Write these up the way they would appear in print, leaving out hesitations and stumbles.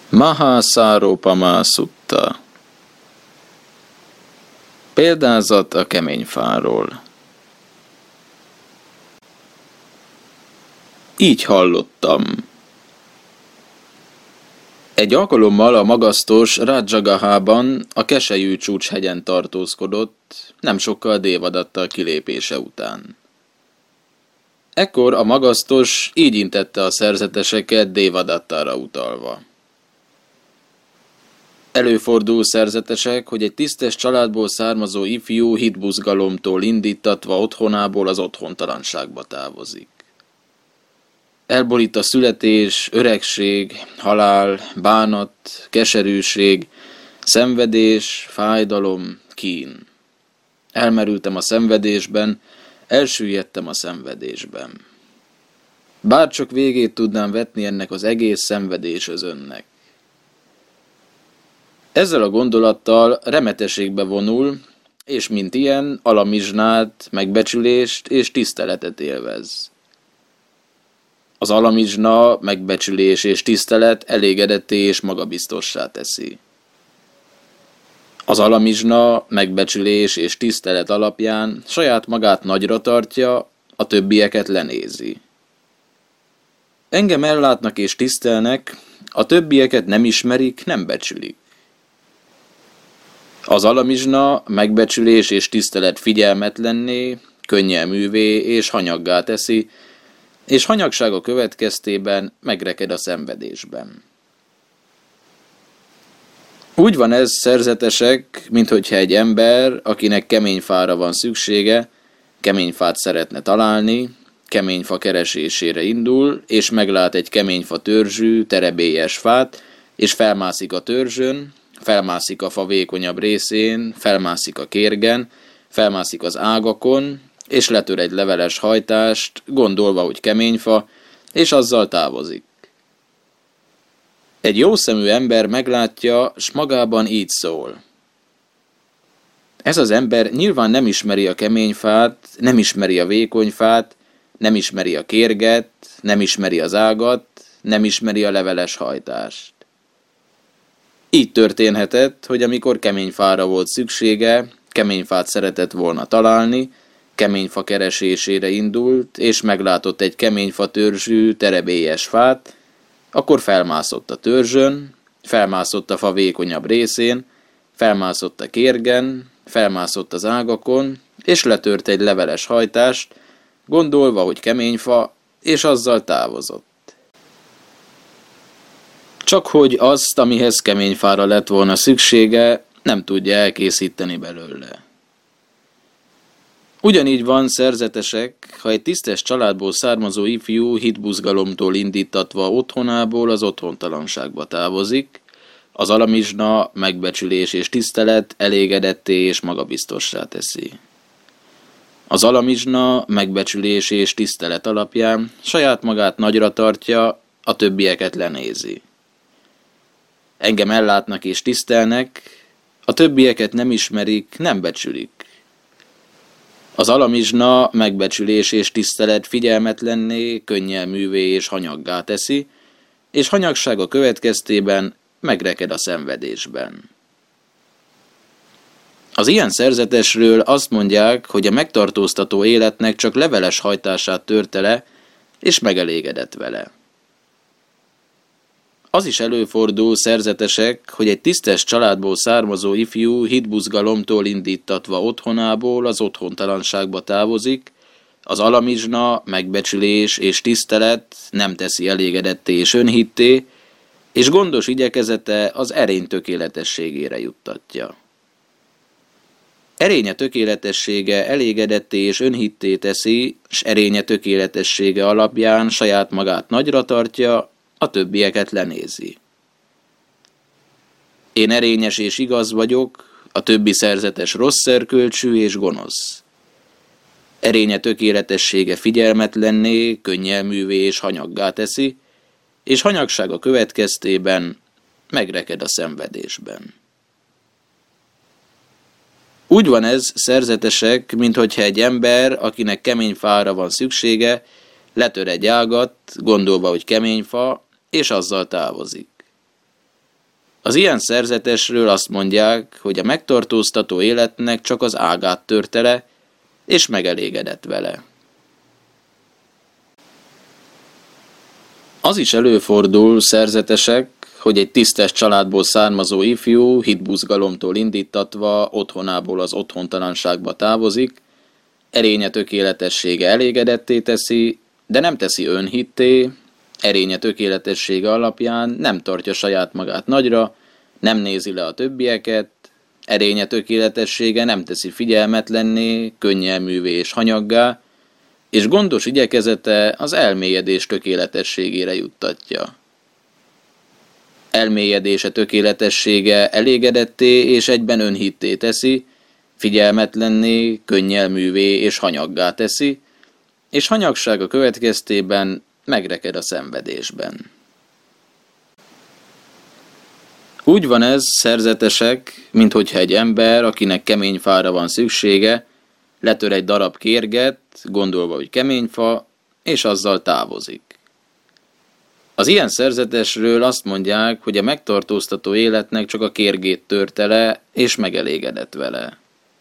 Mahasárópama szutta. Példázat a kemény fáról. Így hallottam. Egy alkalommal a magasztos Rádzsagahában a Keselyű csúcshegyen tartózkodott, nem sokkal Dévadattal kilépése után. Ekkor a magasztos így intette a szerzeteseket Dévadattára utalva. Előfordul, szerzetesek, hogy egy tisztes családból származó ifjú hitbuzgalomtól indítatva otthonából az otthontalanságba távozik. Elborít a születés, öregség, halál, bánat, keserűség, szenvedés, fájdalom, kín. Elmerültem a szenvedésben, elsüllyedtem a szenvedésben. Bárcsak végét tudnám vetni ennek az egész szenvedésözönnek. Ezzel a gondolattal remeteségbe vonul, és mint ilyen alamizsnát, megbecsülést és tiszteletet élvez. Az alamizsna, megbecsülés és tisztelet elégedetté és magabiztossá teszi. Az alamizsna, megbecsülés és tisztelet alapján saját magát nagyra tartja, a többieket lenézi. Engem ellátnak és tisztelnek, a többieket nem ismerik, nem becsülik. Az alamizsna, megbecsülés és tisztelet figyelmetlenné, könnyelművé és hanyaggá teszi, és hanyagsága következtében megreked a szenvedésben. Úgy van ez, szerzetesek, minthogyha egy ember, akinek kemény fára van szüksége, kemény fát szeretne találni, kemény fa keresésére indul, és meglát egy kemény fa törzsű, terebélyes fát, és felmászik a törzsön, felmászik a fa vékonyabb részén, felmászik a kérgen, felmászik az ágakon, és letör egy leveles hajtást, gondolva, hogy kemény fa, és azzal távozik. Egy jószemű ember meglátja, s magában így szól. Ez az ember nyilván nem ismeri a kemény fát, nem ismeri a vékony fát, nem ismeri a kérget, nem ismeri az ágat, nem ismeri a leveles hajtást. Így történhetett, hogy amikor kemény fára volt szüksége, kemény fát szeretett volna találni, kemény fa keresésére indult, és meglátott egy kemény fa törzsű, terebélyes fát, akkor felmászott a törzsön, felmászott a fa vékonyabb részén, felmászott a kérgen, felmászott az ágakon, és letört egy leveles hajtást, gondolva, hogy kemény fa, és azzal távozott. Csak hogy azt, amihez kemény fára lett volna szüksége, nem tudja elkészíteni belőle. Ugyanígy van, szerzetesek, ha egy tisztes családból származó ifjú hitbuzgalomtól indítatva otthonából az otthontalanságba távozik, az alamizsna, megbecsülés és tisztelet elégedetté és magabiztossá teszi. Az alamizsna, megbecsülés és tisztelet alapján saját magát nagyra tartja, a többieket lenézi. Engem ellátnak és tisztelnek, a többieket nem ismerik, nem becsülik. Az alamizsna, megbecsülés és tisztelet figyelmetlenné, könnyelművé és hanyaggá teszi, és hanyagsága következtében megreked a szenvedésben. Az ilyen szerzetesről azt mondják, hogy a megtartóztató életnek csak leveles hajtását törte le, és megelégedett vele. Az is előfordul, szerzetesek, hogy egy tisztes családból származó ifjú hitbuzgalomtól indítatva otthonából az otthontalanságba távozik, az alamizsna, megbecsülés és tisztelet nem teszi elégedetté és önhitté, és gondos igyekezete az erény tökéletességére juttatja. Erénye tökéletessége elégedetté és önhitté teszi, s erénye tökéletessége alapján saját magát nagyra tartja, a többieket lenézi. Én erényes és igaz vagyok, a többi szerzetes rossz erkölcsű és gonosz. Erénye tökéletessége figyelmetlenné, könnyelművé és hanyaggá teszi, és hanyagsága következtében megreked a szenvedésben. Úgy van ez, szerzetesek, minthogyha egy ember, akinek kemény fára van szüksége, letör egy ágat, gondolva, hogy kemény fa, és azzal távozik. Az ilyen szerzetesről azt mondják, hogy a megtartóztató életnek csak az ágát törte le, és megelégedett vele. Az is előfordul, szerzetesek, hogy egy tisztes családból származó ifjú hitbuzgalomtól indítatva otthonából az otthontalanságba távozik, erénye tökéletessége elégedetté teszi, de nem teszi önhitté, erénye tökéletessége alapján nem tartja saját magát nagyra, nem nézi le a többieket, erénye tökéletessége nem teszi figyelmetlenné, könnyelművé és hanyaggá, és gondos igyekezete az elmélyedés tökéletességére juttatja. Elmélyedése tökéletessége elégedetté és egyben önhitté teszi, figyelmetlenné, könnyelművé és hanyaggá teszi, és hanyagsága következtében megreked a szenvedésben. Úgy van ez, szerzetesek, minthogyha egy ember, akinek kemény fára van szüksége, letör egy darab kérget, gondolva, hogy kemény fa, és azzal távozik. Az ilyen szerzetesről azt mondják, hogy a megtartóztató életnek csak a kérgét törte le, és megelégedett vele.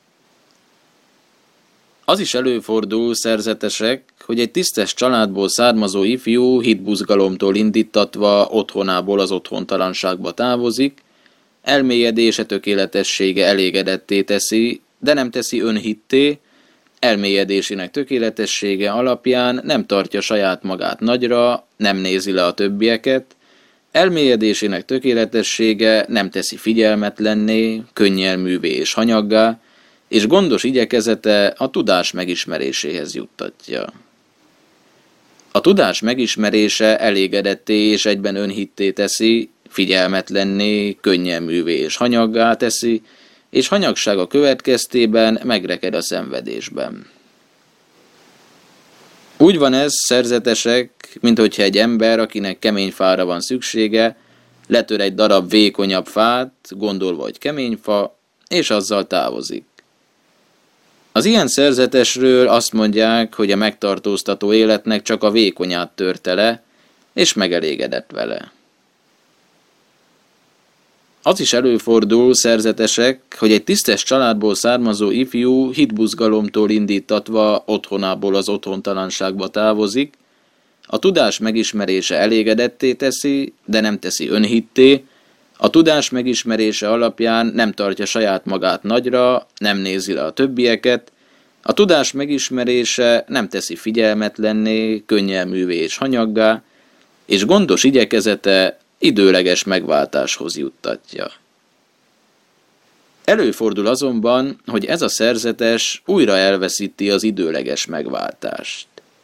Az is előfordul, szerzetesek, hogy egy tisztes családból származó ifjú hitbuzgalomtól indítatva otthonából az otthontalanságba távozik, elmélyedése tökéletessége elégedetté teszi, de nem teszi önhitté, elmélyedésének tökéletessége alapján nem tartja saját magát nagyra, nem nézi le a többieket, elmélyedésének tökéletessége nem teszi figyelmetlenné, könnyelművé és hanyaggá, és gondos igyekezete a tudás megismeréséhez juttatja. A tudás megismerése elégedetté és egyben önhitté teszi, figyelmetlenné, könnyelművé és hanyaggá teszi, és hanyagsága következtében megreked a szenvedésben. Úgy van ez, szerzetesek, minthogyha egy ember, akinek kemény fára van szüksége, letör egy darab vékonyabb fát, gondolva, hogy kemény fa, és azzal távozik. Az ilyen szerzetesről azt mondják, hogy a megtartóztató életnek csak a vékonyát törte le, és megelégedett vele. Az is előfordul, szerzetesek, hogy egy tisztes családból származó ifjú hitbuzgalomtól indítatva otthonából az otthontalanságba távozik, a tudás megismerése elégedetté teszi, de nem teszi önhitté, a tudás megismerése alapján nem tartja saját magát nagyra, nem nézi le a többieket, a tudás megismerése nem teszi figyelmetlenné, könnyelművé és hanyaggá, és gondos igyekezete időleges megváltáshoz juttatja. Előfordul azonban, hogy ez a szerzetes újra elveszíti az időleges megváltást.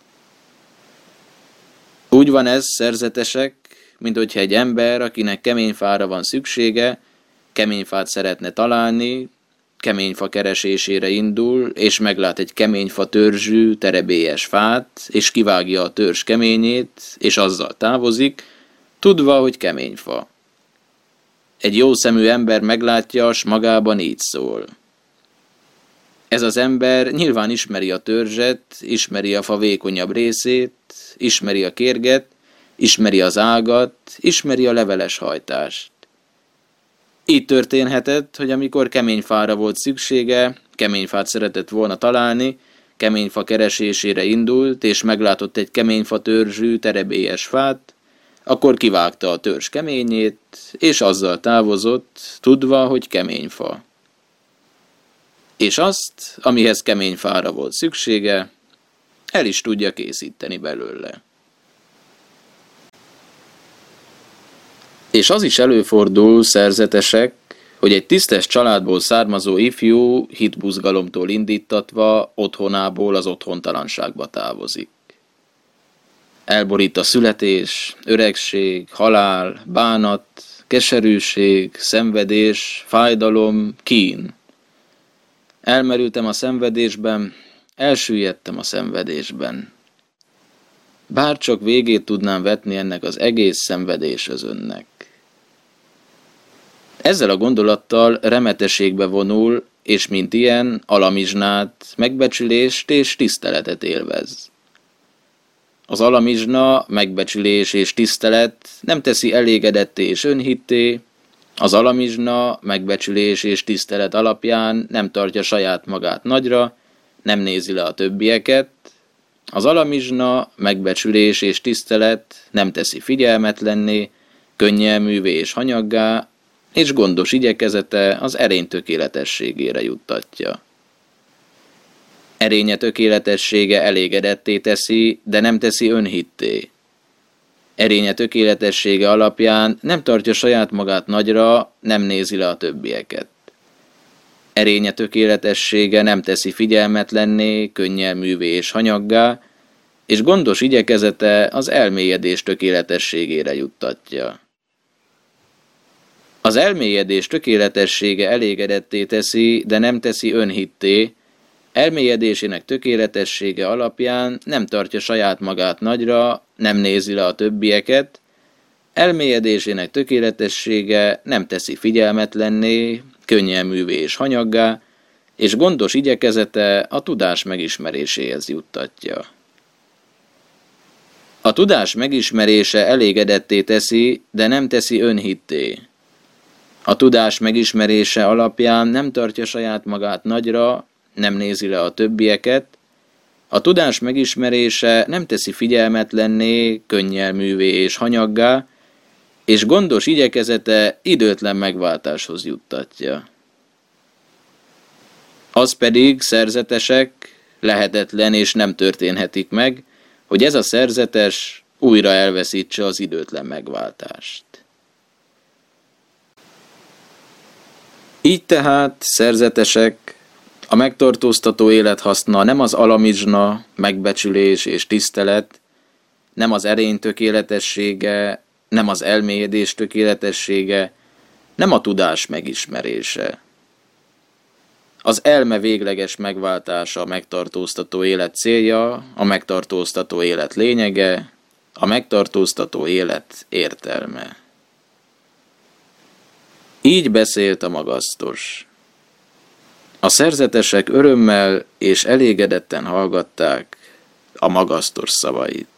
Úgy van ez, szerzetesek, minthogyha egy ember, akinek kemény fára van szüksége, kemény fát szeretne találni, kemény fa keresésére indul, és meglát egy kemény fa törzsű, terebélyes fát, és kivágja a törzs keményét, és azzal távozik, tudva, hogy kemény fa. Egy jószemű ember meglátja, s magában így szól. Ez az ember nyilván ismeri a törzset, ismeri a fa vékonyabb részét, ismeri a kérget, ismeri az ágat, ismeri a leveles hajtást. Így történhetett, hogy amikor kemény fára volt szüksége, kemény fát szeretett volna találni, kemény fa keresésére indult, és meglátott egy kemény fa törzsű, terebélyes fát, akkor kivágta a törzs keményét, és azzal távozott, tudva, hogy kemény fa. És azt, amihez kemény fára volt szüksége, el is tudja készíteni belőle. És az is előfordul, szerzetesek, hogy egy tisztes családból származó ifjú hitbuzgalomtól indítatva otthonából az otthontalanságba távozik. Elborít a születés, öregség, halál, bánat, keserűség, szenvedés, fájdalom, kín. Elmerültem a szenvedésben, elsüllyedtem a szenvedésben. Bárcsak végét tudnám vetni ennek az egész szenvedésözönnek. Ezzel a gondolattal remeteségbe vonul, és mint ilyen alamizsnát, megbecsülést és tiszteletet élvez. Az alamizsna, megbecsülés és tisztelet nem teszi elégedetté és önhitté, Az alamizsna megbecsülés és tisztelet alapján nem tartja saját magát nagyra, nem nézi le a többieket. Az alamizsna megbecsülés és tisztelet nem teszi figyelmetlenné, könnyelművé és hanyaggá, és gondos igyekezete az erény tökéletességére juttatja. Erénye tökéletessége elégedetté teszi, de nem teszi önhitté. Erénye tökéletessége alapján nem tartja saját magát nagyra, nem nézi le a többieket. Erénye tökéletessége nem teszi figyelmetlenné, könnyelművé és hanyaggá, és gondos igyekezete az elmélyedés tökéletességére juttatja. Az elmélyedés tökéletessége elégedetté teszi, de nem teszi önhitté, elmélyedésének tökéletessége alapján nem tartja saját magát nagyra, nem nézi le a többieket, elmélyedésének tökéletessége nem teszi figyelmetlenné, könnyelművé és hanyaggá, és gondos igyekezete a tudás megismeréséhez juttatja. A tudás megismerése elégedetté teszi, de nem teszi önhitté. A tudás megismerése alapján nem tartja saját magát nagyra, nem nézi le a többieket, a tudás megismerése nem teszi figyelmetlenné, könnyelművé és hanyaggá, és gondos igyekezete időtlen megváltáshoz juttatja. Az pedig, szerzetesek, lehetetlen és nem történhetik meg, hogy ez a szerzetes újra elveszítse az időtlen megváltást. Így tehát, szerzetesek, a megtartóztató élet haszna nem az alamizsna, megbecsülés és tisztelet, nem az erény tökéletessége, nem az elmélyedés tökéletessége, nem a tudás megismerése. Az elme végleges megváltása a megtartóztató élet célja, a megtartóztató élet lényege, a megtartóztató élet értelme. Így beszélt a magasztos. A szerzetesek örömmel és elégedetten hallgatták a magasztos szavait.